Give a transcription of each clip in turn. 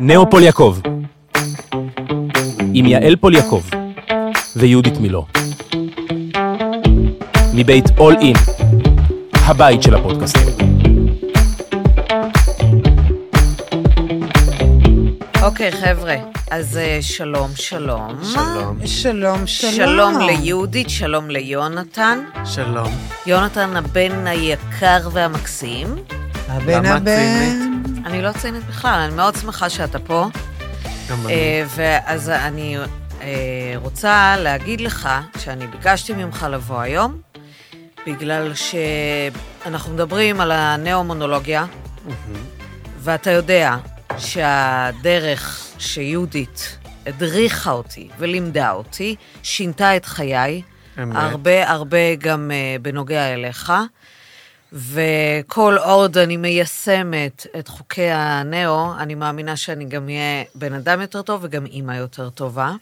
נאו פוליאקוב, עם יעל פוליאקוב ויהודית מילו. מבית All In, הבית של הפודקאסטים. אוקיי, חבר'ה, אז שלום. שלום ליהודית, שלום ליונתן. שלום. יונתן הבן היקר והמקסים. הבן. אני לא ציינת בכלל, אני מאוד שמחה שאתה פה. גם אני. ואז אני רוצה להגיד לך שאני ביקשתי ממך לבוא היום, בגלל שאנחנו מדברים על הנאו-מונולוגיה, ואתה יודע שהדרך שיהודית הדריכה אותי ולימדה אותי, שינתה את חיי, הרבה גם בנוגע אליך, וכל עוד אני מיישמת את חוקי הנאו, אני מאמינה שאני גם אהיה בן אדם יותר טוב וגם אימא יותר טובה.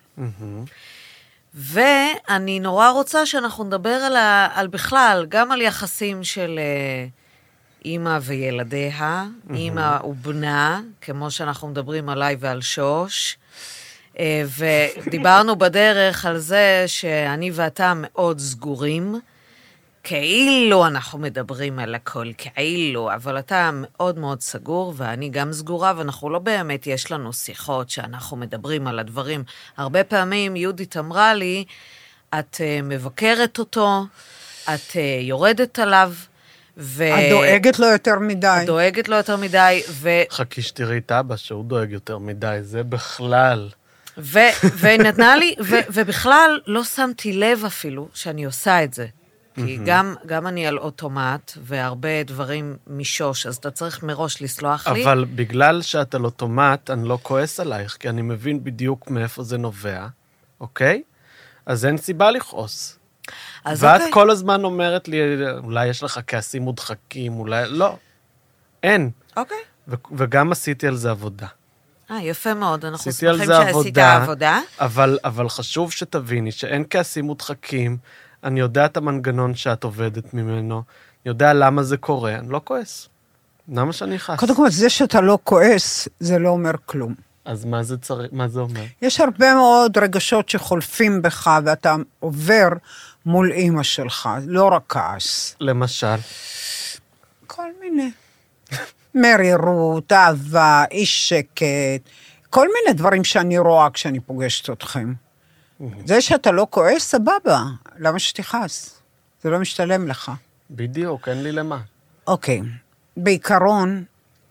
ואני נורא רוצה שאנחנו נדבר על בכלל, גם על יחסים של אימא וילדיה, אימא ובנה, כמו שאנחנו מדברים עליי ועל שוש, ודיברנו בדרך על זה שאני ואתה מאוד סגורים, כאילו אנחנו מדברים על הכל, כאילו, אבל אתה מאוד מאוד סגור, ואני גם סגורה, ואנחנו לא באמת, יש לנו שיחות שאנחנו מדברים על הדברים. הרבה פעמים יהודית אמרה לי, את מבקרת אותו, את יורדת עליו, את דואגת לו יותר מדי. דואגת לו יותר מדי, חכי שתראי את אבא שהוא דואג יותר מדי, זה בכלל. ונתנה לי, ובכלל לא שמתי לב אפילו שאני עושה את זה. כי גם אני על אוטומט, והרבה דברים משוש, אז אתה צריך מראש לסלוח לי. אבל בגלל שאת על אוטומט, אני לא כועס עלייך, כי אני מבין בדיוק מאיפה זה נובע, אוקיי? אז אין סיבה לכעוס. ואת כל הזמן אומרת לי, אולי יש לך כעסים מודחקים, אולי, לא. אין. אוקיי. וגם עשיתי על זה עבודה. יפה מאוד, אנחנו שמחים שעשית העבודה. אבל חשוב שתביני שאין כעסים מודחקים, אני יודע את המנגנון שאת עובדת ממנו, אני יודע למה זה קורה, אני לא כועס. למה שאני חס? קודם כל, זה שאתה לא כועס, זה לא אומר כלום. אז מה זה אומר? יש הרבה מאוד רגשות שחולפים בך, ואתה עובר מול אמא שלך, לא רק כעס. למשל? כל מיני. מרירות, אהבה, איש שקט, כל מיני דברים שאני רואה כשאני פוגשת אתכם. זה שאתה לא כועס, סבבה. למה שתכעס? זה לא משתלם לך. בדיוק, אין לי למה. אוקיי. בעיקרון,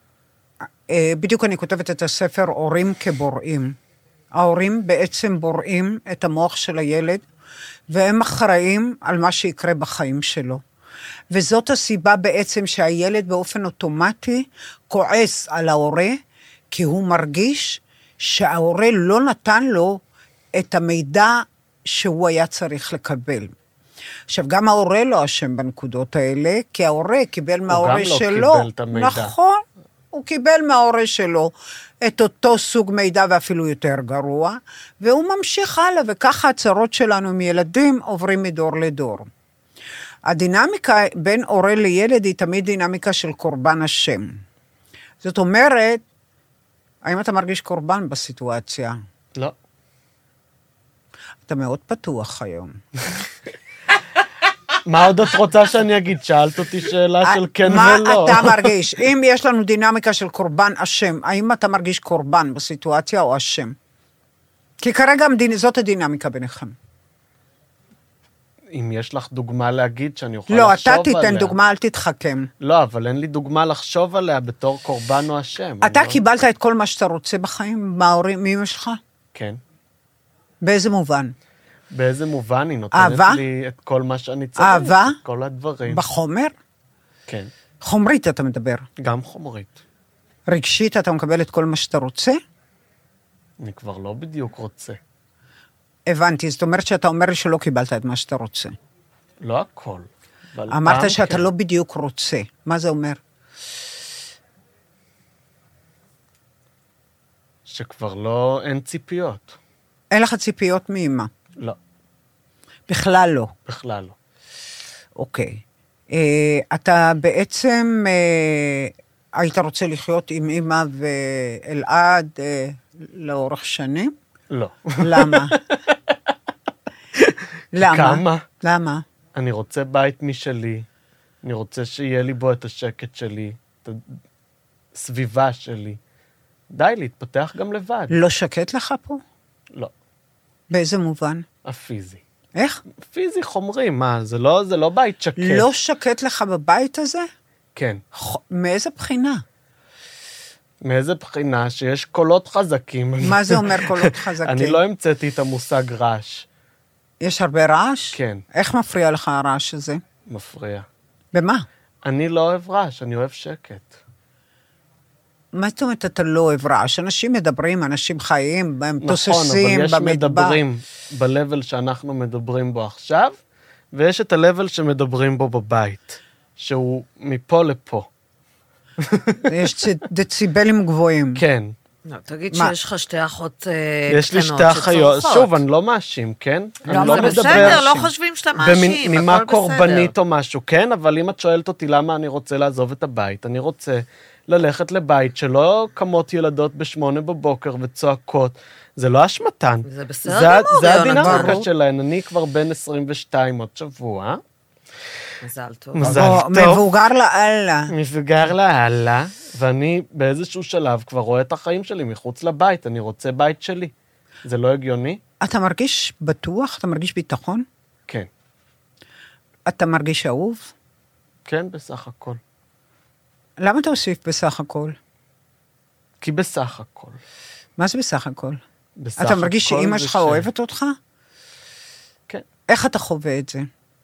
בדיוק אני כותבת את הספר הורים כבוראים. ההורים בעצם בוראים את המוח של הילד, והם אחראים על מה שיקרה בחיים שלו. וזאת הסיבה בעצם שהילד באופן אוטומטי כועס על ההורה, כי הוא מרגיש שההורה לא נתן לו את המידע שהוא היה צריך לקבל. עכשיו, גם ההורה לא אשם בנקודות האלה, כי ההורה קיבל מההורה שלו. הוא גם לא קיבל את המידע. נכון, הוא קיבל מההורה שלו את אותו סוג מידע ואפילו יותר גרוע, והוא ממשיך הלאה, וככה הצרות שלנו עם ילדים עוברים מדור לדור. הדינמיקה בין הורה לילד היא תמיד דינמיקה של קורבן השם. זאת אומרת, האם אתה מרגיש קורבן בסיטואציה? לא. אתה מאוד פתוח היום. מה עוד את רוצה שאני אגיד? שאלת אותי שאלה של כן ולא. מה אתה מרגיש? אם יש לנו דינמיקה של קורבן השם, האם אתה מרגיש קורבן בסיטואציה או השם? כי כרגע זאת הדינמיקה ביניכם. אם יש לך דוגמה להגיד שאני אוכל לחשוב עליה. לא, אתה תיתן דוגמה, אל תתחכם. לא, אבל אין לי דוגמה לחשוב עליה בתור קורבן או השם. אתה קיבלת את כל מה שאתה רוצה בחיים, מההורים, מאמא שלך? כן. באיזה מובן? באיזה מובן היא נותנת לי את כל מה שאני צריך. אהבה? את כל הדברים. בחומר? כן. חומרית אתה מדבר. גם חומרית. רגשית אתה מקבל את כל מה שאתה רוצה? אני כבר לא בדיוק רוצה. הבנתי, זאת אומרת שאתה אומר לי שלא קיבלת את מה שאתה רוצה. לא הכל. אמרת שאתה לא בדיוק רוצה. מה זה אומר? שכבר לא, אין ציפיות. אין לך ציפיות מאמא? לא. בכלל לא? בכלל לא. אוקיי. אתה בעצם היית רוצה לחיות עם אמא ואלעד לאורך שנים? לא. למה? למה? כמה? למה? אני רוצה בית משלי, אני רוצה שיהיה לי בו את השקט שלי, את הסביבה שלי. די, להתפתח גם לבד. לא שקט לך פה? לא. באיזה מובן? הפיזי. איך? פיזי חומרי, מה? זה לא בית שקט. לא שקט לך בבית הזה? כן. מאיזה בחינה? מאיזה בחינה שיש קולות חזקים. מה זה אומר קולות חזקים? אני לא המצאתי את המושג רעש. יש הרבה רעש? כן. איך מפריע לך הרעש הזה? מפריע. במה? אני לא אוהב רעש, אני אוהב שקט. מה זאת אומרת אתה לא אוהב רעש? אנשים מדברים, אנשים חיים, הם תוססים נכון, אבל יש במדבר. מדברים ב-level שאנחנו מדברים בו עכשיו, ויש את ה-level שמדברים בו בבית, שהוא מפה לפה. יש דציבלים גבוהים. כן. לא, תגיד מה? שיש לך שתי אחות יש לי קטנות שתי אחיות. שצורכות. שוב, אני לא מאשים, כן? לא, אני לא זה מדבר בסדר, לא חושבים שאתה מאשים, בנימה הכל קורבנית בסדר. או משהו, כן? אבל אם את שואלת אותי למה אני רוצה לעזוב את הבית, אני רוצה ללכת לבית שלא קמות ילדות ב8 בבוקר וצועקות. זה לא אשמתן. זה בסדר גמור, זה יונתן. הדינמיקה ברור. שלהן. אני כבר בן 22 עוד שבוע. מזל טוב. מזל או טוב. מבוגר לאללה. מבוגר לאללה, ואני באיזשהו שלב כבר רואה את החיים שלי מחוץ לבית. אני רוצה בית שלי. זה לא הגיוני? אתה מרגיש בטוח? אתה מרגיש ביטחון? כן. אתה מרגיש אהוב? כן, בסך הכל. למה אתה הוסיף בסך הכל? כי בסך הכל. מה זה בסך הכל? בסך אתה מרגיש הכל שאמא זה שלך אוהבת אותך? כן. איך אתה חווה את זה?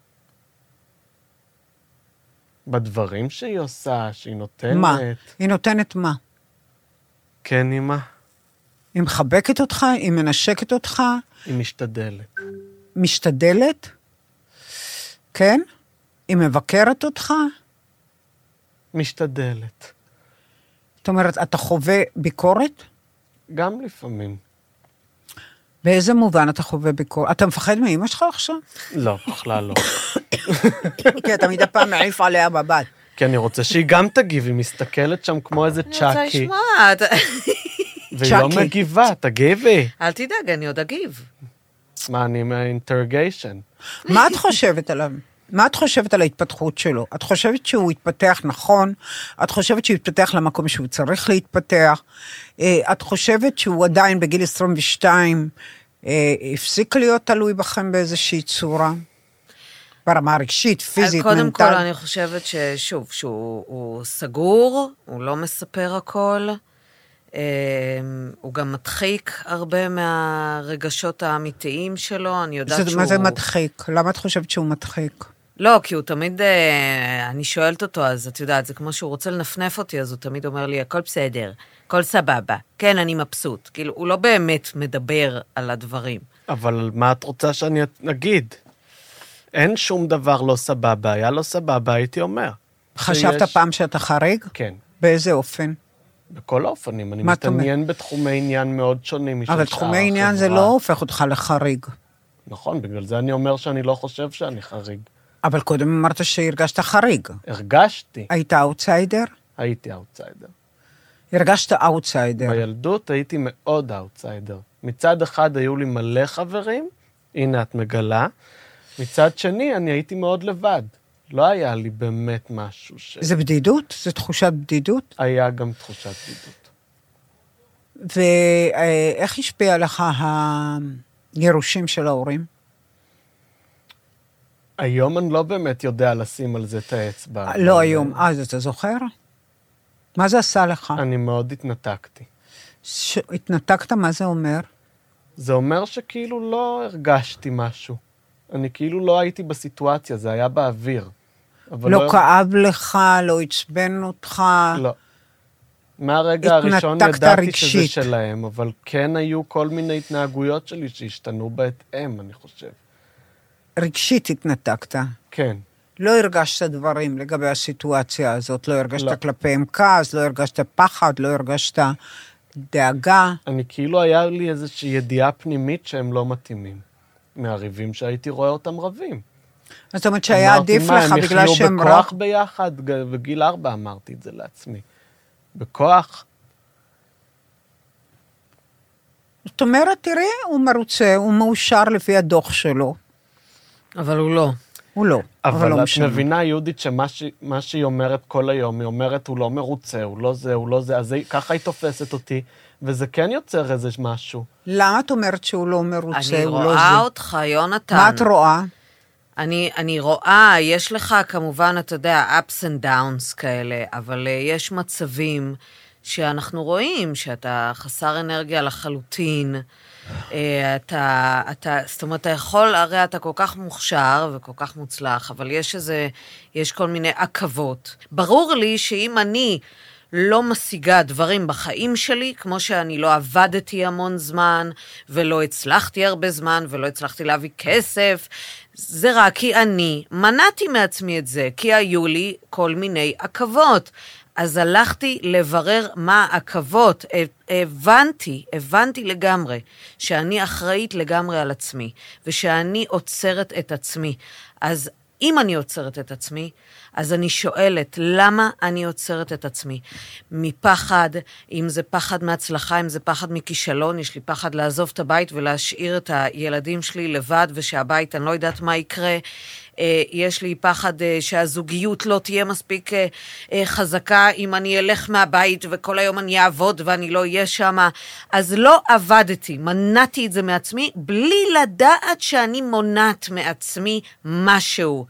בדברים שהיא עושה, שהיא נותנת. מה? היא נותנת מה? כן, אמא. היא מחבקת אותך? היא מנשקת אותך? היא משתדלת. משתדלת? כן? היא מבקרת אותך? משתדלת. זאת אומרת, אתה חווה ביקורת? גם לפעמים. באיזה מובן אתה חווה ביקורת? אתה מפחד מאמא שלך עכשיו? לא, בכלל לא. כי אתה מדי פעם מעיף עליה בבית. כי אני רוצה שהיא גם תגיב, היא מסתכלת שם כמו איזה אני רוצה צ'אקי, לשמוע. והיא לא צ'אקי. מגיבה, תגיבי. אל תדאג, אני עוד אגיב. מה, אני מהאינטרגיישן. מה את חושבת עליו? מה את חושבת על ההתפתחות שלו? את חושבת שהוא התפתח נכון? את חושבת שהוא התפתח למקום שהוא צריך להתפתח? את חושבת שהוא עדיין בגיל 22 הפסיק להיות תלוי בכם באיזושהי צורה? ברמה הרגשית, פיזית, קודם מנטלית? כל, אני חושבת ששוב, שהוא סגור, הוא לא מספר הכל, הוא גם מדחיק הרבה מהרגשות האמיתיים שלו, אני יודעת שהוא... מה זה מדחיק? למה את חושבת שהוא מדחיק? לא, כי הוא תמיד, אני שואלת אותו, אז את יודעת, זה כמו שהוא רוצה לנפנף אותי, אז הוא תמיד אומר לי, הכל בסדר, הכל סבבה, כן, אני מבסוט. כאילו, הוא לא באמת מדבר על הדברים. אבל מה את רוצה שאני אגיד? אין שום דבר לא סבבה, היה לא סבבה, הייתי אומר. חשבת פעם שאתה חריג? כן. באיזה אופן? בכל האופנים, אני מה את מתעניין בתחומי עניין מאוד שונים משל שאר אבל החברה. תחומי עניין זה לא הופך אותך לחריג. נכון, בגלל זה אני אומר שאני לא חושב שאני חריג. אבל קודם אמרת שהרגשת חריג. הרגשתי, היית אאוטסיידר? הייתי אאוטסיידר. הרגשת אאוטסיידר. בילדות הייתי מאוד אאוטסיידר. מצד אחד היו לי מלא חברים, הנה את מגלה, מצד שני אני הייתי מאוד לבד. לא היה לי באמת משהו זה בדידות? זה תחושת בדידות? היה גם תחושת בדידות. ואיך השפיע לך הגירושים של ההורים? היום אני לא באמת יודע לשים על זה את האצבע. לא היום. אז אתה זוכר? מה זה עשה לך? אני מאוד התנתקתי. התנתקת, מה זה אומר? זה אומר שכאילו לא הרגשתי משהו. אני כאילו לא הייתי בסיטואציה, זה היה באוויר. אבל לא כאב לך, לא עצבן אותך? לא. מהרגע הראשון התנתקת ידעתי שזה רגשית. שלהם, אבל כן היו כל מיני התנהגויות שלי שהשתנו בהתאם, אני חושב. רגשית התנתקת. כן. לא הרגשת דברים לגבי הסיטואציה הזאת, לא הרגשת לא. כלפיהם כעס, לא הרגשת פחד, לא הרגשת דאגה. אני כאילו היה לי איזושהי ידיעה פנימית שהם לא מתאימים. מהריבים שהייתי רואה אותם רבים. זאת אומרת שהיה עדיף לך בגלל אמרתי, מה, שהם הם יחיו בכוח ביחד, בגיל 4 אמרתי את זה לעצמי. בכוח? זאת אומרת, תראי, הוא מרוצה, הוא מאושר לפי הדוח שלו. אבל הוא לא. הוא לא, אבל לא אבל את משנה. מבינה, יהודית, שמה שהיא אומרת כל היום, היא אומרת, הוא לא מרוצה, הוא לא זה, הוא לא זה, אז ככה היא תופסת אותי, וזה כן יוצר איזה משהו. למה את אומרת שהוא לא מרוצה, אני הוא לא רואה זה? אותך, יונתן. מה את רואה? אני רואה, יש לך כמובן, אתה יודע, ups and downs כאלה, אבל יש מצבים שאנחנו רואים שאתה חסר אנרגיה לחלוטין, זאת אומרת, אתה יכול, הרי אתה כל כך מוכשר וכל כך מוצלח, אבל יש כל מיני עכבות. ברור לי שאם אני לא משיגה דברים בחיים שלי, כמו שאני לא עבדתי המון זמן, ולא הצלחתי הרבה זמן, ולא הצלחתי להביא כסף, זה רק כי אני מנעתי מעצמי את זה, כי היו לי כל מיני עכבות. אז הלכתי לברר מה העכבות, הבנתי לגמרי שאני אחראית לגמרי על עצמי, ושאני עוצרת את עצמי. אז אם אני עוצרת את עצמי, אז אני שואלת, למה אני עוצרת את עצמי? מפחד, אם זה פחד מהצלחה, אם זה פחד מכישלון, יש לי פחד לעזוב את הבית ולהשאיר את הילדים שלי לבד, ושהבית, אני לא יודעת מה יקרה. יש לי פחד שהזוגיות לא תהיה מספיק חזקה, אם אני אלך מהבית וכל היום אני אעבוד ואני לא אהיה שם. אז לא עבדתי, מנעתי את זה מעצמי, בלי לדעת שאני מונעת מעצמי משהו.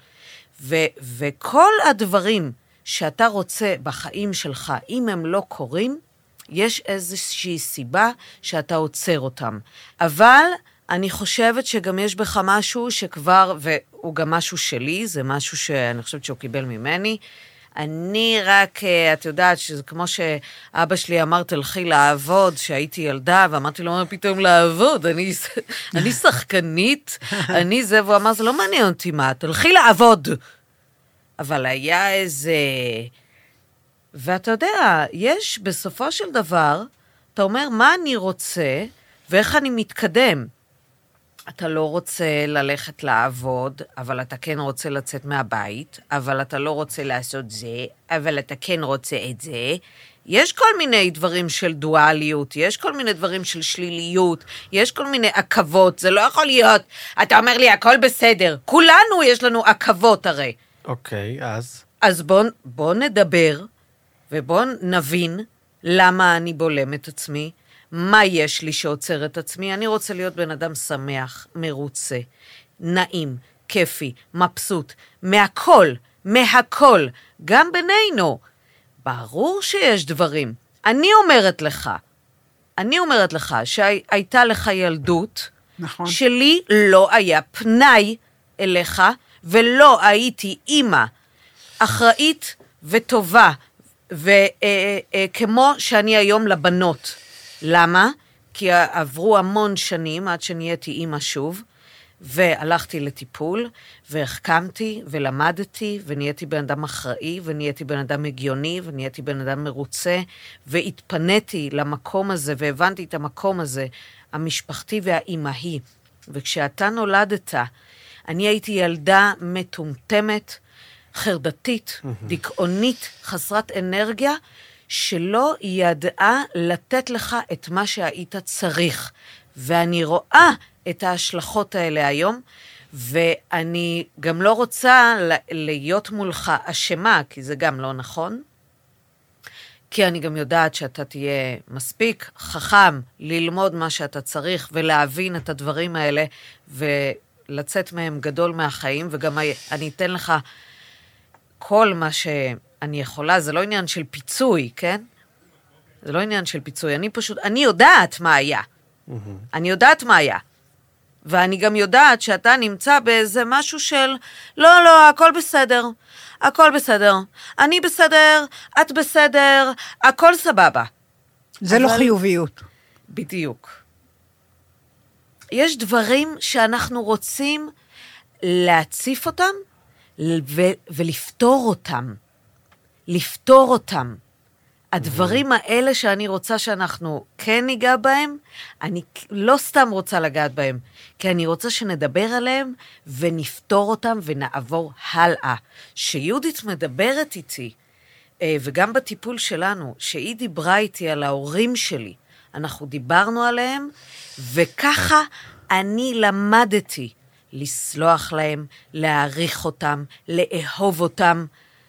וכל הדברים שאתה רוצה בחיים שלך, אם הם לא קורים, יש איזושהי סיבה שאתה עוצר אותם. אבל אני חושבת שגם יש בך משהו שכבר, והוא גם משהו שלי, זה משהו שאני חושבת שהוא קיבל ממני. אני רק, את יודעת, שזה כמו שאבא שלי אמר, תלכי לעבוד, שהייתי ילדה, ואמרתי לו, מה פתאום לעבוד? אני שחקנית, אני זה, והוא אמר, זה לא מעניין אותי מה, תלכי לעבוד. אבל היה איזה... ואתה יודע, יש בסופו של דבר, אתה אומר, מה אני רוצה, ואיך אני מתקדם. אתה לא רוצה ללכת לעבוד, אבל אתה כן רוצה לצאת מהבית, אבל אתה לא רוצה לעשות זה, אבל אתה כן רוצה את זה. יש כל מיני דברים של דואליות, יש כל מיני דברים של שליליות, יש כל מיני עכבות, זה לא יכול להיות. אתה אומר לי, הכל בסדר. כולנו יש לנו עכבות הרי. אוקיי, אז? אז בוא נדבר, ובוא נבין למה אני בולם את עצמי, מה יש לי שעוצר את עצמי. אני רוצה להיות בן אדם שמח, מרוצה, נעים, כיפי, מבסוט, מהכל, גם בינינו. ברור שיש דברים. אני אומרת לך שהייתה לך ילדות, נכון. שלי לא היה פנאי אליך, ולא הייתי אימא אחראית וטובה, וכמו שאני היום לבנות. למה? כי עברו המון שנים עד שנהייתי אימא שוב, והלכתי לטיפול, והחכמתי ולמדתי, ונהייתי בן אדם אחראי, ונהייתי בן אדם הגיוני, ונהייתי בן אדם מרוצה, והתפניתי למקום הזה, והבנתי את המקום הזה, המשפחתי והאימהי. וכשאתה נולדת, אני הייתי ילדה מטומטמת, חרדתית, דיכאונית, חסרת אנרגיה, שלא ידעה לתת לך את מה שהיית צריך. ואני רואה את ההשלכות האלה היום, ואני גם לא רוצה להיות מולך אשמה, כי זה גם לא נכון, כי אני גם יודעת שאתה תהיה מספיק חכם ללמוד מה שאתה צריך, ולהבין את הדברים האלה, ולצאת מהם גדול מהחיים, וגם אני אתן לך כל מה שאני יכולה, זה לא עניין של פיצוי, כן? זה לא עניין של פיצוי, אני יודעת מה היה. אני יודעת מה היה. ואני גם יודעת שאתה נמצא באיזה משהו של, לא, הכל בסדר. הכל בסדר. אני בסדר, את בסדר, הכל סבבה. זה לא חיוביות. בדיוק. יש דברים שאנחנו רוצים להציף אותם, ולפתור אותם. לפתור אותם. הדברים האלה שאני רוצה שאנחנו כן ניגע בהם, אני לא סתם רוצה לגעת בהם, כי אני רוצה שנדבר עליהם ונפתור אותם ונעבור הלאה. שיהודית מדברת איתי וגם בטיפול שלנו, שהיא דיברה איתי על ההורים שלי, אנחנו דיברנו עליהם, וככה אני למדתי לסלוח להם, להעריך אותם, לאהוב אותם,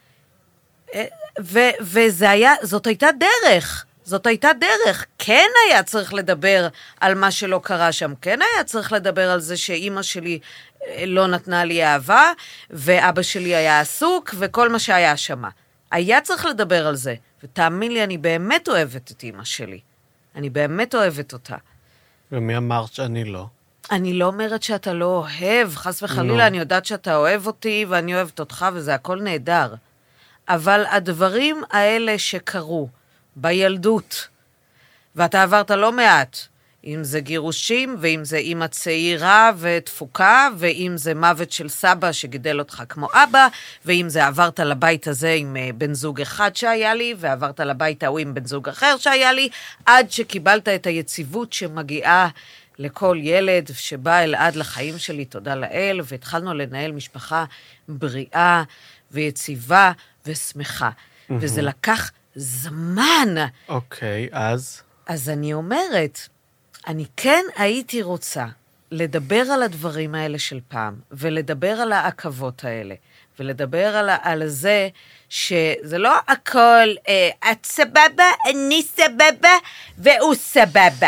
וזאת הייתה דרך. זאת הייתה דרך. כן היה צריך לדבר על מה שלא קרה שם. כן היה צריך לדבר על זה שאימא שלי לא נתנה לי אהבה, ואבא שלי היה עסוק, וכל מה שהיה שם. היה צריך לדבר על זה. ותאמין לי, אני באמת אוהבת את אימא שלי. אני באמת אוהבת אותה. ומי אמרת שאני לא? אני לא אומרת שאתה לא אוהב, חס וחלילה, אני יודעת שאתה אוהב אותי, ואני אוהבת אותך, וזה הכל נהדר. אבל הדברים האלה שקרו בילדות, ואתה עברת לא מעט, אם זה גירושים, ואם זה אימא צעירה ותפוקה, ואם זה מוות של סבא שגידל אותך כמו אבא, ואם זה עברת לבית הזה עם בן זוג אחד שהיה לי, ועברת לבית ההוא עם בן זוג אחר שהיה לי, עד שקיבלת את היציבות שמגיעה לכל ילד שבא אלעד לחיים שלי, תודה לאל, והתחלנו לנהל משפחה בריאה ויציבה ושמחה. וזה לקח זמן. אוקיי, אז? אז אני אומרת, אני כן הייתי רוצה לדבר על הדברים האלה של פעם, ולדבר על העכבות האלה, ולדבר על זה שזה לא הכל, את סבבה, אני סבבה, והוא סבבה.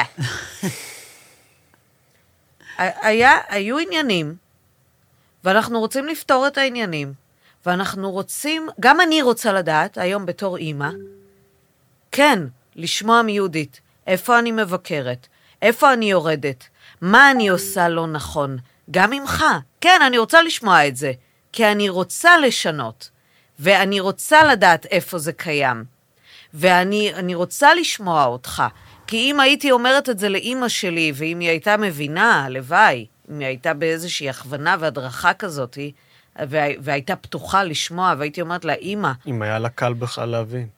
היו עניינים, ואנחנו רוצים לפתור את העניינים, ואנחנו רוצים, גם אני רוצה לדעת, היום בתור אימא, כן, לשמוע מיהודית, איפה אני מבקרת, איפה אני יורדת, מה אני עושה לא נכון, גם ממך. כן, אני רוצה לשמוע את זה, כי אני רוצה לשנות, ואני רוצה לדעת איפה זה קיים, ואני רוצה לשמוע אותך, כי אם הייתי אומרת את זה לאמא שלי, ואם היא הייתה מבינה, הלוואי, אם היא הייתה באיזושהי הכוונה והדרכה כזאת, והייתה פתוחה לשמוע, והייתי אומרת לה, אמא. אם היה לה קל בך להבין.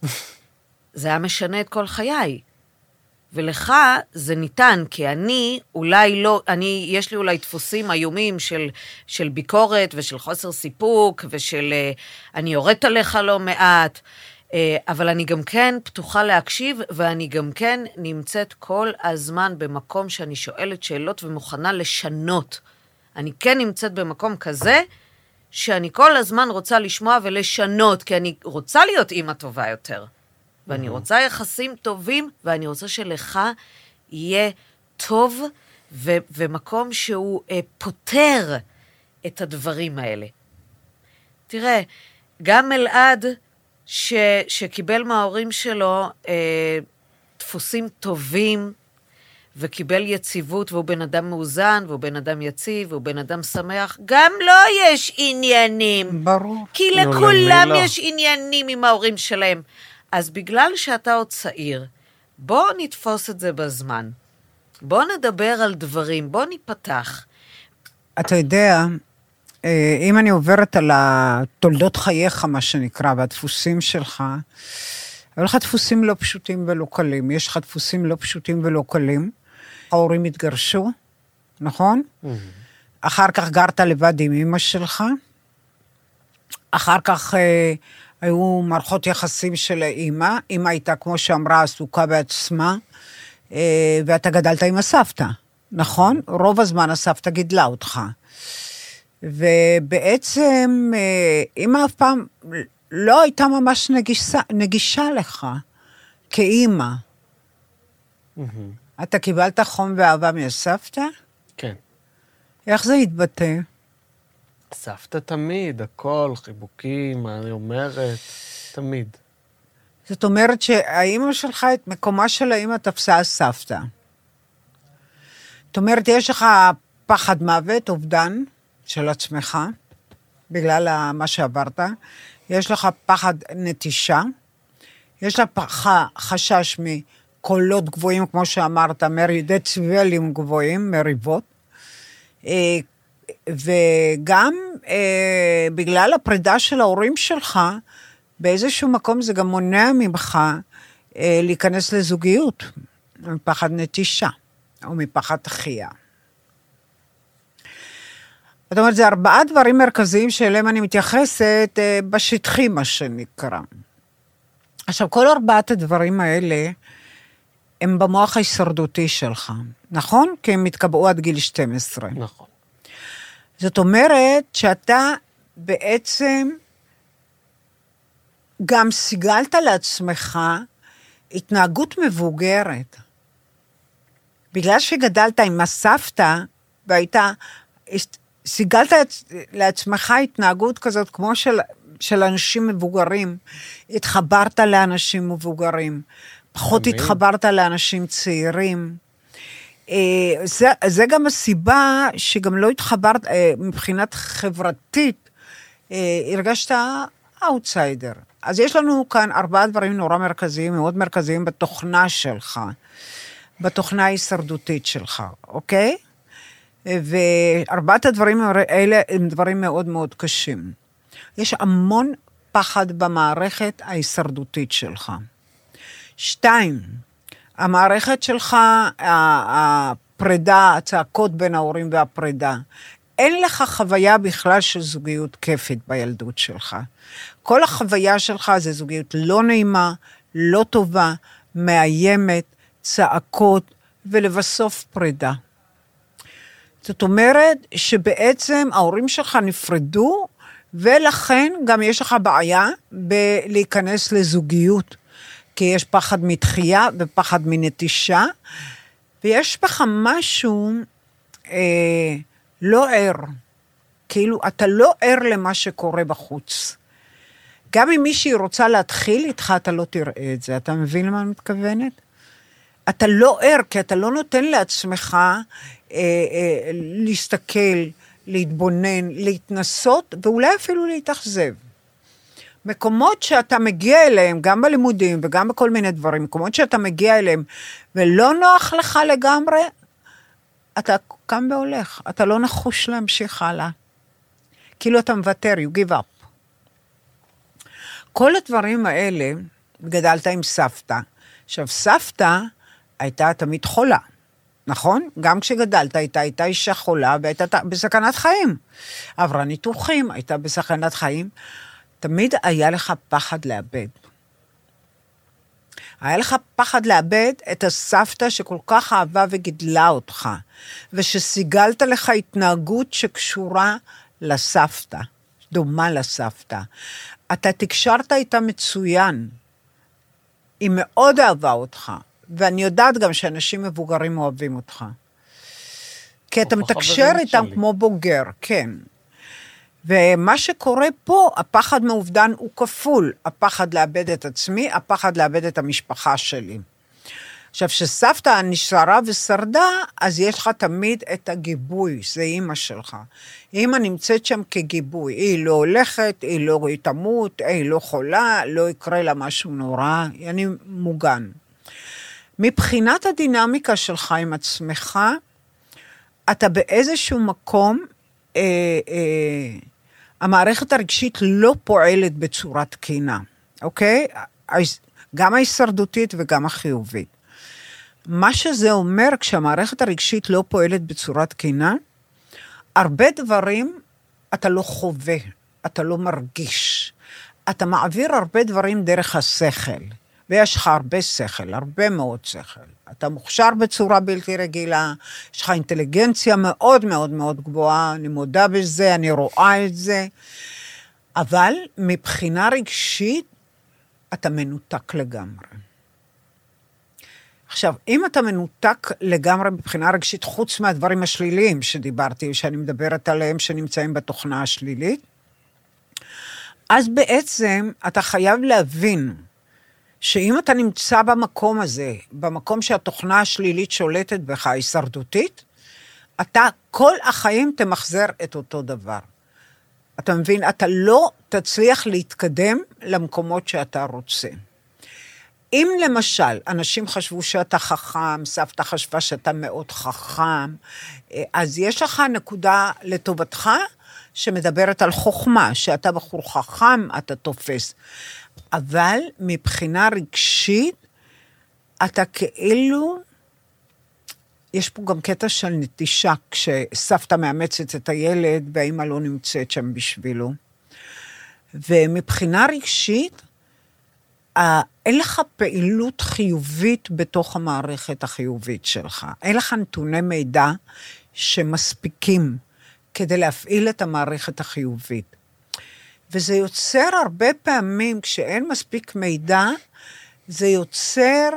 זה היה משנה את כל חיי. ולך זה ניתן, כי אני אולי לא, יש לי אולי דפוסים איומים של ביקורת, ושל חוסר סיפוק, ושל אני יורדת עליך לא מעט, אבל אני גם כן פתוחה להקשיב, ואני גם כן נמצאת כל הזמן במקום שאני שואלת שאלות ומוכנה לשנות. אני כן נמצאת במקום כזה, שאני כל הזמן רוצה לשמוע ולשנות, כי אני רוצה להיות אימא טובה יותר. ואני רוצה יחסים טובים, ואני רוצה שלך יהיה טוב, ומקום שהוא פותר את הדברים האלה. תראה, גם אלעד, שקיבל מההורים שלו דפוסים טובים, וקיבל יציבות, והוא בן אדם מאוזן, והוא בן אדם יציב, והוא בן אדם שמח, גם לא יש עניינים. ברור. כי לכולם יש עניינים עם ההורים שלהם. אז בגלל שאתה עוד צעיר, בוא נתפוס את זה בזמן. בוא נדבר על דברים, בוא ניפתח. אתה יודע, אם אני עוברת על התולדות חייך, מה שנקרא, והדפוסים שלך, היו לך דפוסים לא פשוטים ולא קלים. יש לך דפוסים לא פשוטים ולא קלים. ההורים התגרשו, נכון? אחר כך גרת לבד עם אמא שלך. אחר כך היו מערכות יחסים של האמא. אמא הייתה, כמו שאמרה, עסוקה בעצמה, ואתה גדלת עם הסבתא, נכון? רוב הזמן הסבתא גידלה אותך. ובעצם אמא אף פעם לא הייתה ממש נגישה לך, כאמא. אתה קיבלת חום ואהבה מהסבתא? כן. איך זה התבטא? סבתא תמיד, הכל, חיבוקים, מה אני אומרת, תמיד. זאת אומרת שהאמא שלך, את מקומה של האמא תפסה הסבתא. זאת אומרת, יש לך פחד מוות, אובדן של עצמך, בגלל מה שעברת. יש לך פחד נטישה. יש לך חשש מקולות גבוהים, כמו שאמרת, דציבלים גבוהים, מריבות. וגם בגלל הפרידה של ההורים שלך, באיזשהו מקום זה גם מונע ממך להיכנס לזוגיות, מפחד נטישה, או מפחד חייה. זאת אומרת, זה 4 דברים מרכזיים שאליהם אני מתייחסת בשטחי, מה שנקרא. עכשיו, כל 4 הדברים האלה, הם במוח ההישרדותי שלך, נכון? כי הם התקבעו עד גיל 12. נכון. זאת אומרת שאתה בעצם גם סיגלת לעצמך התנהגות מבוגרת. בגלל שגדלת עם הסבתא, סיגלת לעצמך התנהגות כזאת כמו של אנשים מבוגרים, התחברת לאנשים מבוגרים, פחות התחברת לאנשים צעירים. זה גם הסיבה שגם לא התחברת, מבחינת חברתית, הרגשת אאוטסיידר. אז יש לנו כאן 4 דברים נורא מרכזיים, מאוד מרכזיים בתוכנה שלך, בתוכנה ההישרדותית שלך, אוקיי? ו4 הדברים האלה הם דברים מאוד מאוד קשים. יש המון פחד במערכת ההישרדותית שלך. 2, המערכת שלך, הפרידה, הצעקות בין ההורים והפרידה, אין לך חוויה בכלל של זוגיות כיפית בילדות שלך. כל החוויה שלך זה זוגיות לא נעימה, לא טובה, מאיימת, צעקות, ולבסוף פרידה. זאת אומרת שבעצם ההורים שלך נפרדו, ולכן גם יש לך בעיה בלהיכנס לזוגיות, כי יש פחד מתחייה ופחד מנטישה, ויש בך משהו לא ער, כאילו אתה לא ער למה שקורה בחוץ. גם אם מישהי רוצה להתחיל איתך, אתה לא תראה את זה, אתה מבין למה אני מתכוונת? אתה לא ער, כי אתה לא נותן לעצמך להסתכל, להתבונן, להתנסות, ואולי אפילו להתאכזב. מקומות שאתה מגיע אליהם, גם בלימודים וגם בכל מיני דברים, מקומות שאתה מגיע אליהם, ולא נוח לך לגמרי, אתה קם והולך, אתה לא נחוש להמשיך הלאה. כאילו אתה מוותר, you give up. כל הדברים האלה, גדלת עם סבתא. עכשיו, סבתא הייתה תמיד חולה, נכון? גם כשגדלת הייתה אישה חולה, והייתה בסכנת חיים. עברה ניתוחים, הייתה בסכנת חיים. תמיד היה לך פחד לאבד. היה לך פחד לאבד את הסבתא שכל כך אהבה וגידלה אותך, ושסיגלת לך התנהגות שקשורה לסבתא, דומה לסבתא. אתה תקשרת איתה מצוין, היא מאוד אהבה אותך, ואני יודעת גם שאנשים מבוגרים אוהבים אותך. כי אתה מתקשר איתם כמו בוגר, כן. ומה שקורה פה, הפחד מאובדן הוא כפול, הפחד לאבד את עצמי, הפחד לאבד את המשפחה שלי. עכשיו, שסבתא נשארה ושרדה, אז יש לך תמיד את הגיבוי, זה אמא שלך. אמא נמצאת שם כגיבוי, היא לא הולכת, היא לא תמות, היא לא חולה, לא יקרה לה משהו נורא, אני מוגן. מבחינת הדינמיקה שלך עם עצמך, אתה באיזשהו מקום, המערכת הרגשית לא פועלת בצורה תקינה, אוקיי? גם ההישרדותית וגם החיובית. מה שזה אומר, כשהמערכת הרגשית לא פועלת בצורה תקינה, הרבה דברים אתה לא חווה, אתה לא מרגיש. אתה מעביר הרבה דברים דרך השכל, ויש לך הרבה שכל, הרבה מאוד שכל. אתה מוכשר בצורה בלתי רגילה, יש לך אינטליגנציה מאוד מאוד מאוד גבוהה, אני מודה בזה, אני רואה את זה, אבל מבחינה רגשית, אתה מנותק לגמרי. עכשיו, אם אתה מנותק לגמרי מבחינה רגשית, חוץ מהדברים השליליים שדיברתי, שאני מדברת עליהם, שנמצאים בתוכנה השלילית, אז בעצם אתה חייב להבין, שאם אתה נמצא במקום הזה, במקום שהתוכנה השלילית שולטת בך, הישרדותית, אתה כל החיים תמחזר את אותו דבר. אתה מבין, אתה לא תצליח להתקדם למקומות שאתה רוצה. אם למשל, אנשים חשבו שאתה חכם, סבתא חשבה שאתה מאוד חכם, אז יש לך נקודה לטובתך, שמדברת על חוכמה, שאתה בחור חכם, אתה תופס. אבל מבחינה רגשית, אתה כאילו, יש פה גם קטע של נטישה, כשסבתא מאמצת את הילד, והאמא לא נמצאת שם בשבילו. ומבחינה רגשית, אין לך פעילות חיובית בתוך המערכת החיובית שלך. אין לך נתוני מידע שמספיקים כדי להפעיל את המערכת החיובית. וזה יוצר הרבה פעמים, כשאין מספיק מידע, זה יוצר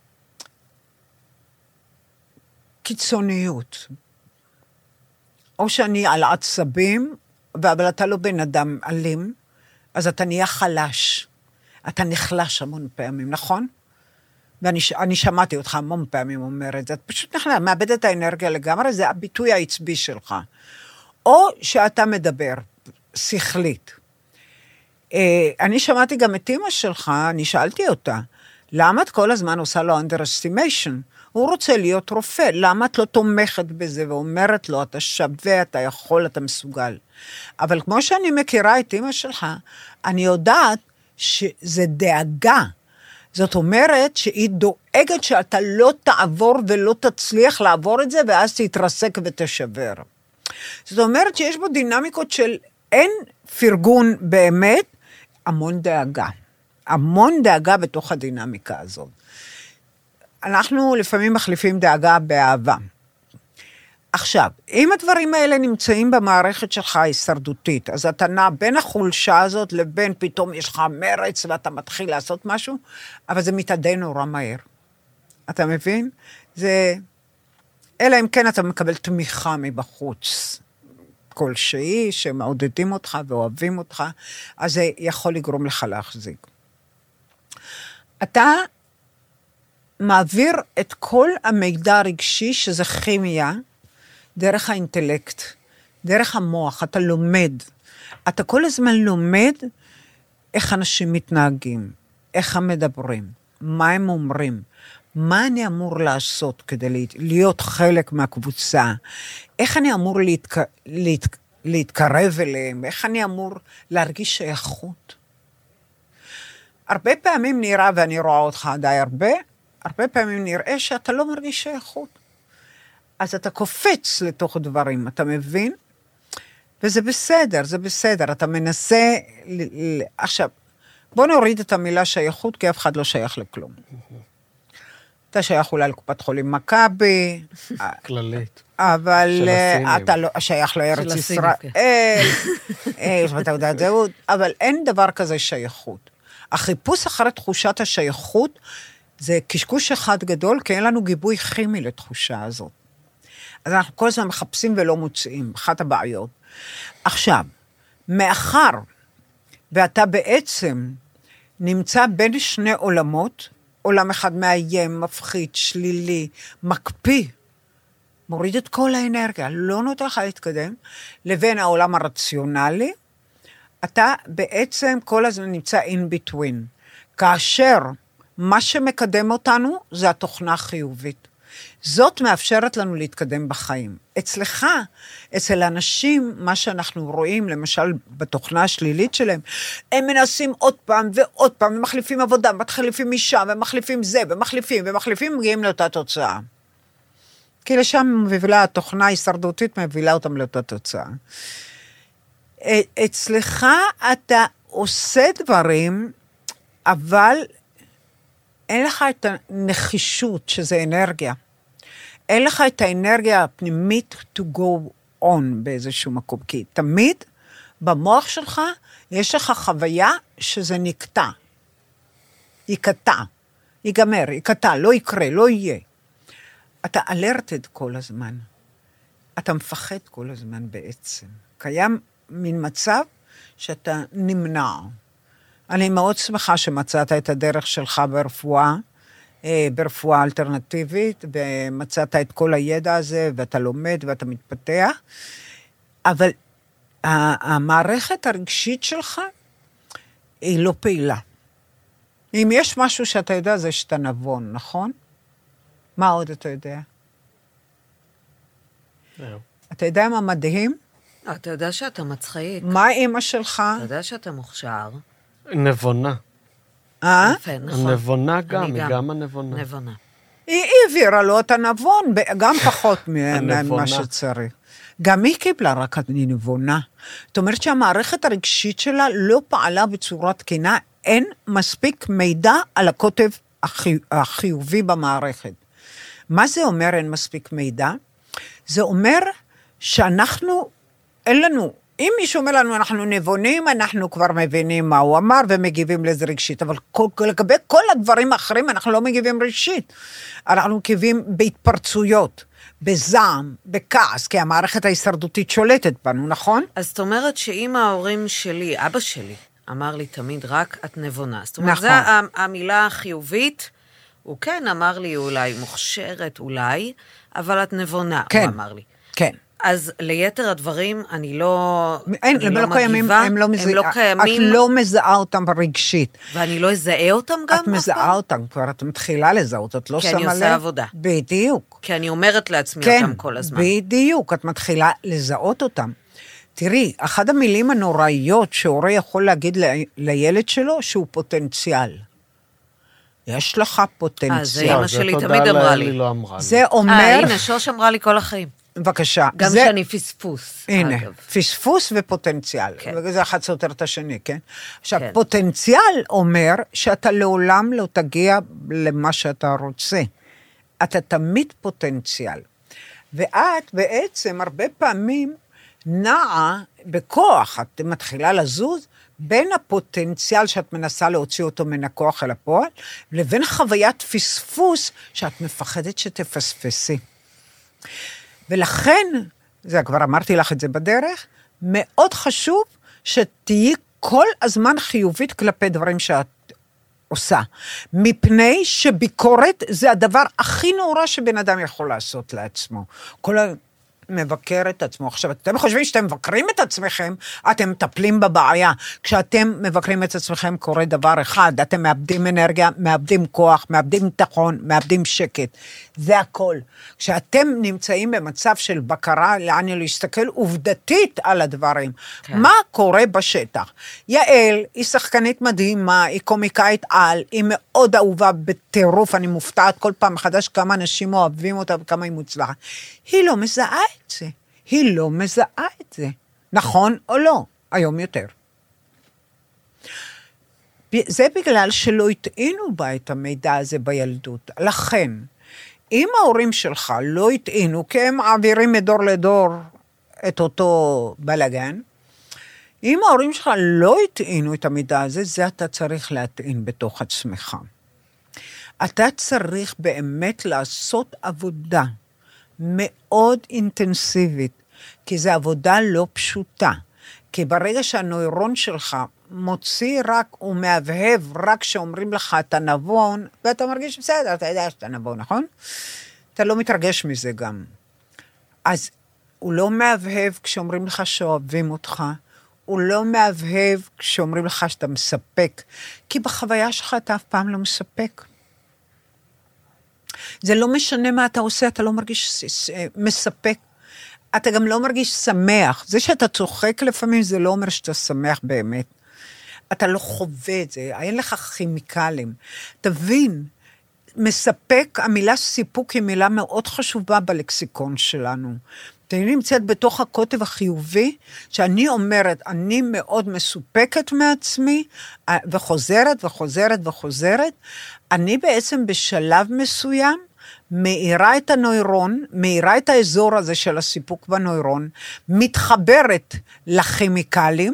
קיצוניות. או שאני על עצבים, אבל אתה לא בן אדם אלים, אז אתה נהיה חלש. אתה נחלש המון פעמים, נכון? ואני שמעתי אותך המון פעמים אומר את זה, את פשוט נחלש, מאבד את האנרגיה לגמרי, זה הביטוי העצבי שלך. או שאתה מדבר, שכלית. אני שמעתי גם את אמא שלך, אני שאלתי אותה, למה את כל הזמן עושה לו underestimation? הוא רוצה להיות רופא, למה את לא תומכת בזה ואומרת לו, אתה שווה, אתה יכול, אתה מסוגל. אבל כמו שאני מכירה את אמא שלך, אני יודעת שזה דאגה. זאת אומרת שהיא דואגת שאתה לא תעבור ולא תצליח לעבור את זה, ואז תתרסק ותשבר. זאת אומרת שיש בו דינמיקות של אין פרגון באמת, המון דאגה. המון דאגה בתוך הדינמיקה הזאת. אנחנו לפעמים מחליפים דאגה באהבה. עכשיו, אם הדברים האלה נמצאים במערכת שלך ההישרדותית, אז אתה נע בין החולשה הזאת לבין פתאום יש לך מרץ ואתה מתחיל לעשות משהו, אבל זה מתעדן נורא מהר. אתה מבין? זה, אלא אם כן אתה מקבל תמיכה מבחוץ, כלשהי שמעודדים אותך ואוהבים אותך, אז זה יכול לגרום לך להחזיק. אתה מעביר את כל המידע הרגשי, שזה כימיה, דרך האינטלקט, דרך המוח, אתה לומד. אתה כל הזמן לומד איך אנשים מתנהגים, איך הם מדברים, מה הם אומרים, מה אני אמור לעשות כדי להיות חלק מהקבוצה, איך אני אמור להתקרב אליהם, איך אני אמור להרגיש שייכות. הרבה פעמים נראה, ואני רואה אותך די הרבה פעמים נראה שאתה לא מרגיש שייכות. אז אתה קופץ לתוך דברים, אתה מבין? וזה בסדר, זה בסדר. אתה מנסה... עכשיו, בוא נוריד את המילה שייכות, כי אף אחד לא שייך לכלום. אתה שייך אולי לקופת חולים מכבי. כללית. אבל אתה לא שייך לארץ ישראל. יש בתעודת זהות, אבל אין דבר כזה שייכות. החיפוש אחרי תחושת השייכות, זה קשקוש אחד גדול, כי אין לנו גיבוי כימי לתחושה הזאת. אז אנחנו כל הזמן מחפשים ולא מוצאים, אחת הבעיות. עכשיו, מאחר, ואתה בעצם נמצא בין שני עולמות, עולם אחד מאיים, מפחיד, שלילי, מקפיא, מוריד את כל האנרגיה, לא נותן לך להתקדם, לבין העולם הרציונלי, אתה בעצם כל הזמן נמצא in between. כאשר מה שמקדם אותנו זה התוכנה החיובית. זאת מאפשרת לנו להתקדם בחיים. אצלך, אצל האנשים, מה שאנחנו רואים, למשל בתוכנה השלילית שלהם, הם מנסים עוד פעם ועוד פעם, ומחליפים עבודה, מתחליפים משם, ומחליפים זה, ומחליפים, מגיעים לאותה תוצאה. כי לשם מבילה התוכנה ההישרדותית, מבילה אותם לאותה תוצאה. אצלך אתה עושה דברים, אבל אין לך את הנחישות, שזה אנרגיה. אין לך את האנרגיה הפנימית to go on באיזשהו מקום, כי תמיד במוח שלך יש לך חוויה שזה נקטע. ייגמר, יקטע, לא יקרה, לא יהיה. אתה אלרטד כל הזמן. אתה מפחד כל הזמן בעצם. קיים מין מצב שאתה נמנע. אני מאוד שמחה שמצאת את הדרך שלך ברפואה אלטרנטיבית, ומצאת את כל הידע הזה, ואתה לומד ואתה מתפתח, אבל המערכת הרגשית שלך היא לא פעילה. אם יש משהו שאתה יודע, זה שאתה נבון, נכון? מה עוד אתה יודע? אתה יודע מה מדהים? אתה יודע שאתה מצחיק. מה אמא שלך? אתה יודע שאתה מוכשר. נבונה. יפה, נכון. הנבונה גם, היא גם הנבונה. נבונה. היא העבירה לו את הנבון, גם פחות ממה שצריך. גם היא קיבלה רק אני נבונה. זאת אומרת שהמערכת הרגשית שלה לא פעלה בצורה תקינה, אין מספיק מידע על הקוטב החיובי במערכת. מה זה אומר אין מספיק מידע? זה אומר שאנחנו, אין לנו, אם מישהו אומר לנו אנחנו נבונים, אנחנו כבר מבינים מה הוא אמר ומגיבים לזה רגשית, אבל לגבי כל הדברים האחרים אנחנו לא מגיבים רגשית, אנחנו מגיבים בהתפרצויות, בזעם, בכעס, כי המערכת ההישרדותית שולטת בנו, נכון? אז זאת אומרת שאם ההורים שלי, אבא שלי, אמר לי תמיד רק את נבונה, זאת אומרת, נכון. זו המילה החיובית, הוא כן אמר לי אולי מוכשרת אולי, אבל את נבונה, כן. הוא אמר לי. כן. אז ליתר הדברים, אני לא קיימים, מגיבה, הם לא קיימים. את לא מזהה אותם רגשית. ואני לא אזהה אותם גם? את מזהה אותם, כבר את מתחילה לזהות, את לא שמה לב. כי אני עושה עבודה. בדיוק. כי אני אומרת לעצמי כן, אותם כל הזמן. בדיוק, את מתחילה לזהות אותם. תראי, אחת המילים הנוראיות שהורה יכול להגיד לילד שלו, שהוא פוטנציאל. יש לך פוטנציאל. זה אמא שלי תמיד אמרה לי. לא אמרה לי. זה אומר... הנה, שוש אמרה לי כל החיים. בבקשה. גם שאני פספוס. הנה, אגב. פספוס ופוטנציאל. כן. וזה אחד סותר את השני, כן? עכשיו, כן. פוטנציאל אומר שאתה לעולם לא תגיע למה שאתה רוצה. אתה תמיד פוטנציאל. ואת בעצם הרבה פעמים נעה בכוח, את מתחילה לזוז, בין הפוטנציאל שאת מנסה להוציא אותו מן הכוח אל הפועל, לבין חוויית פספוס שאת מפחדת שתפספסי. ולכן, זה כבר אמרתי לך את זה בדרך, מאוד חשוב שתהיי כל הזמן חיובית כלפי דברים שאת עושה. מפני שביקורת זה הדבר הכי נורא שבן אדם יכול לעשות לעצמו. כל מבקר את עצמו. עכשיו, אתם חושבים שאתם מבקרים את עצמכם, אתם מטפלים בבעיה. כשאתם מבקרים את עצמכם קורה דבר אחד, אתם מאבדים אנרגיה, מאבדים כוח, מאבדים ביטחון, מאבדים שקט. זה הכל. כשאתם נמצאים במצב של בקרה, לאן להסתכל עובדתית על הדברים. כן. מה קורה בשטח? יעל היא שחקנית מדהימה, היא קומיקאית על, היא מאוד אהובה בטירוף, אני מופתעת כל פעם מחדש כמה אנשים אוהבים אותה וכמה היא מוצלחת. היא לא מזהה את זה. היא לא מזהה את זה. נכון או לא? היום יותר. זה בגלל שלא התעינו בה את המידע הזה בילדות. לכן, אם ההורים שלך לא התעינו, כי הם מעבירים מדור לדור את אותו בלגן, אם ההורים שלך לא התעינו את המידע הזה, זה אתה צריך להטעין בתוך עצמך. אתה צריך באמת לעשות עבודה מאוד אינטנסיבית, כי זו עבודה לא פשוטה. כי ברגע שהנוירון שלך מוציא רק, הוא מהבהב רק שאומרים לך אתה נבון, ואתה מרגיש בסדר, אתה יודע שאתה נבון, נכון? אתה לא מתרגש מזה גם. אז הוא לא מהבהב כשאומרים לך שאוהבים אותך, הוא לא מהבהב כשאומרים לך שאתה מספק, כי בחוויה שלך אתה אף פעם לא מספק. זה לא משנה מה אתה עושה, אתה לא מרגיש מספק. אתה גם לא מרגיש שמח. זה שאתה צוחק לפעמים, זה לא אומר שאתה שמח באמת. אתה לא חווה את זה, אין לך כימיקלים. תבין, מספק, המילה סיפוק היא מילה מאוד חשובה בלקסיקון שלנו. אני נמצאת בתוך הקוטב החיובי, שאני אומרת, אני מאוד מסופקת מעצמי, וחוזרת וחוזרת וחוזרת, אני בעצם בשלב מסוים, מאירה את הנוירון, מאירה את האזור הזה של הסיפוק בנוירון, מתחברת לכימיקלים,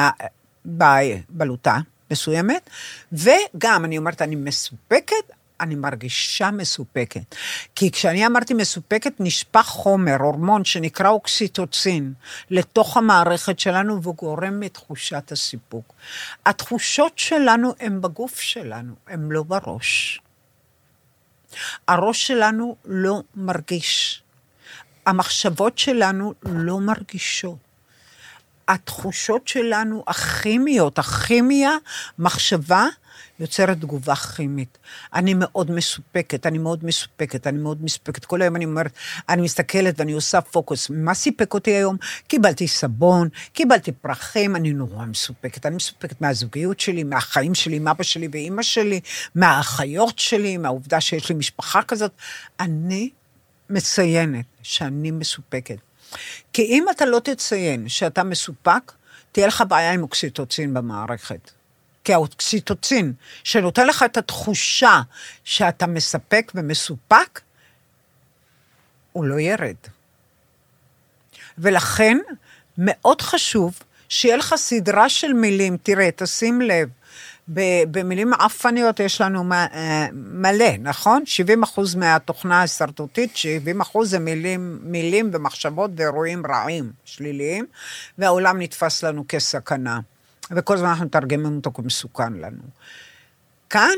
בבלוטה מסוימת, וגם אני אומרת, אני מסופקת, אני מרגישה מסופקת. כי כשאני אמרתי מסופקת, נשפך חומר, הורמון שנקרא אוקסיטוצין, לתוך המערכת שלנו, וגורם מתחושת הסיפוק. התחושות שלנו הן בגוף שלנו, הן לא בראש. הראש שלנו לא מרגיש. המחשבות שלנו לא מרגישות. התחושות שלנו הכימיות, הכימיה, מחשבה, יוצרת תגובה כימית. אני מאוד מסופקת, אני מאוד מסופקת, אני מאוד מסופקת. כל היום אני אומרת, אני מסתכלת ואני עושה פוקוס. מה סיפק אותי היום? קיבלתי סבון, קיבלתי פרחים, אני נורא מסופקת. אני מסופקת מהזוגיות שלי, מהחיים שלי, מאבא שלי ואמא שלי, מהאחיות שלי, מהעובדה שיש לי משפחה כזאת. אני מציינת שאני מסופקת. כי אם אתה לא תציין שאתה מסופק, תהיה לך בעיה עם אוקסיטוצין במערכת. כי האוקסיטוצין, שנותן לך את התחושה שאתה מספק ומסופק, הוא לא ירד. ולכן, מאוד חשוב שיהיה לך סדרה של מילים, תראה, תשים לב, במילים עפניות יש לנו מלא, נכון? 70% מהתוכנה הסרטוטית, 70% זה מילים ומחשבות ואירועים רעים, שליליים, והעולם נתפס לנו כסכנה, וכל הזמן אנחנו מתרגמים אותו כמסוכן לנו. כאן,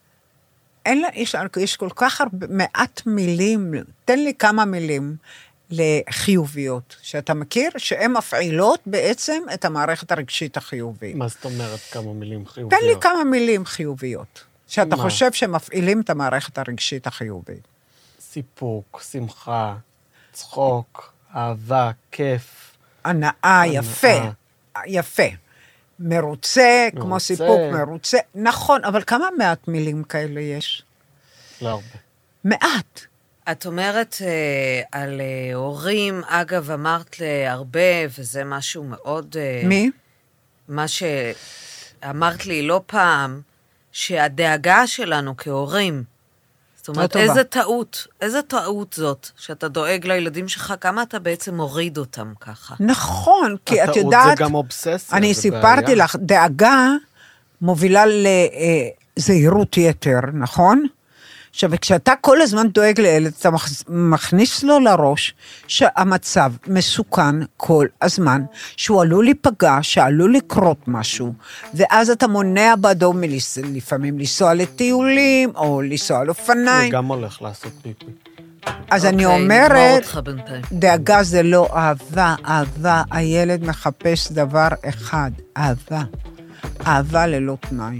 יש כל כך הרבה, מעט מילים, תן לי כמה מילים, לחיוביות, שאתה מכיר, שהן מפעילות בעצם את המערכת הרגשית החיובית. מה זאת אומרת כמה מילים חיוביות? תן לי כמה מילים חיוביות, שאתה חושב שמפעילים את המערכת הרגשית החיובית. סיפוק, שמחה, צחוק, אהבה, כיף. הנאה, יפה. מרוצה, כמו סיפוק, מרוצה. נכון, אבל כמה מעט מילים כאלה יש? לא הרבה. מעט. את אומרת על הורים, אגב, אמרת להרבה, וזה משהו מאוד... מי? מה שאמרת לי לא פעם, שהדאגה שלנו כהורים, זאת אומרת, איזה טעות זאת, שאתה דואג לילדים שלך, כמה אתה בעצם מוריד אותם ככה. נכון, כי את יודעת... הטעות זה גם אובססיה. אני סיפרתי לך, דאגה מובילה לזהירות יתר, נכון? עכשיו, כשאתה כל הזמן דואג לילד, אתה מכניס לו לראש שהמצב מסוכן כל הזמן, שהוא עלול להיפגע, שעלול לקרות משהו, ואז אתה מונע בעדו לפעמים לנסוע לטיולים, או לנסוע על אופניים. אני גם הולך לעשות פיפי. אז אני אומרת, דאגה זה לא אהבה, אהבה, הילד מחפש דבר אחד, אהבה. אהבה ללא תנאי.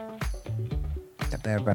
דבר.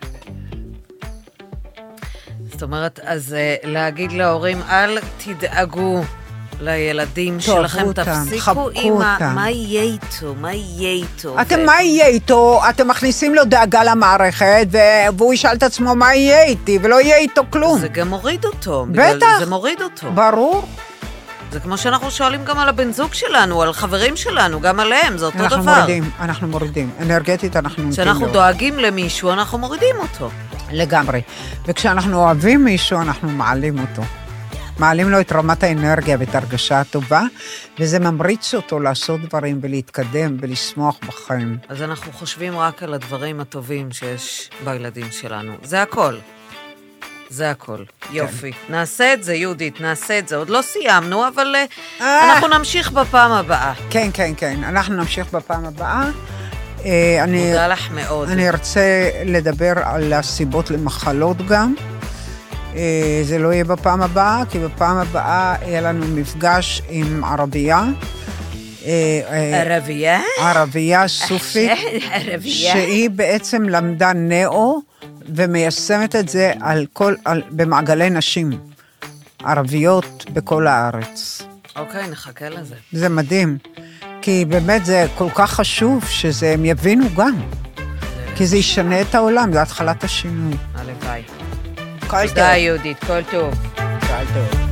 זאת אומרת, אז להגיד להורים, אל תדאגו לילדים שלכם, תפסיקו עם מה יהיה איתו, מה יהיה איתו. מה יהיה איתו? אתם מכניסים לו דאגה למערכת, והוא ישאל את עצמו מה יהיה איתי, ולא יהיה איתו כלום. זה גם מוריד אותו. בטח. זה מוריד אותו. ברור. זה כמו שאנחנו שואלים גם על הבן זוג שלנו, על חברים שלנו, גם עליהם, זה אותו דבר. אנחנו מורידים. אנרגטית אנחנו נותנים לו. כשאנחנו דואגים למישהו, אנחנו מורידים אותו. לגמרי. וכשאנחנו אוהבים מישהו, אנחנו מעלים אותו. מעלים לו את רמת האנרגיה ואת הרגשה הטובה, וזה ממריץ אותו לעשות דברים ולהתקדם ולשמוח בחיים. אז אנחנו חושבים רק על הדברים הטובים שיש בילדים שלנו. זה הכל. זה הכל. יופי. נעשה את זה, יהודית, נעשה את זה. עוד לא סיימנו, אבל אנחנו נמשיך בפעם הבאה. כן, כן, כן. אנחנו נמשיך בפעם הבאה. מודה לך מאוד. אני ארצה לדבר על הסיבות למחלות גם. זה לא יהיה בפעם הבאה, כי בפעם הבאה יהיה לנו מפגש עם ערבייה. ערבייה? ערבייה סופית. ערבייה. שהיא בעצם למדה נאו, ומיישמת את זה במעגלי נשים. ערביות בכל הארץ. אוקיי, נחכה לזה. זה מדהים. כי באמת זה כל כך חשוב שהם יבינו גם. כי זה ישנה את העולם, זה התחלת השינוי. הלוואי. כל טוב. תודה יהודית, כל טוב. כל טוב.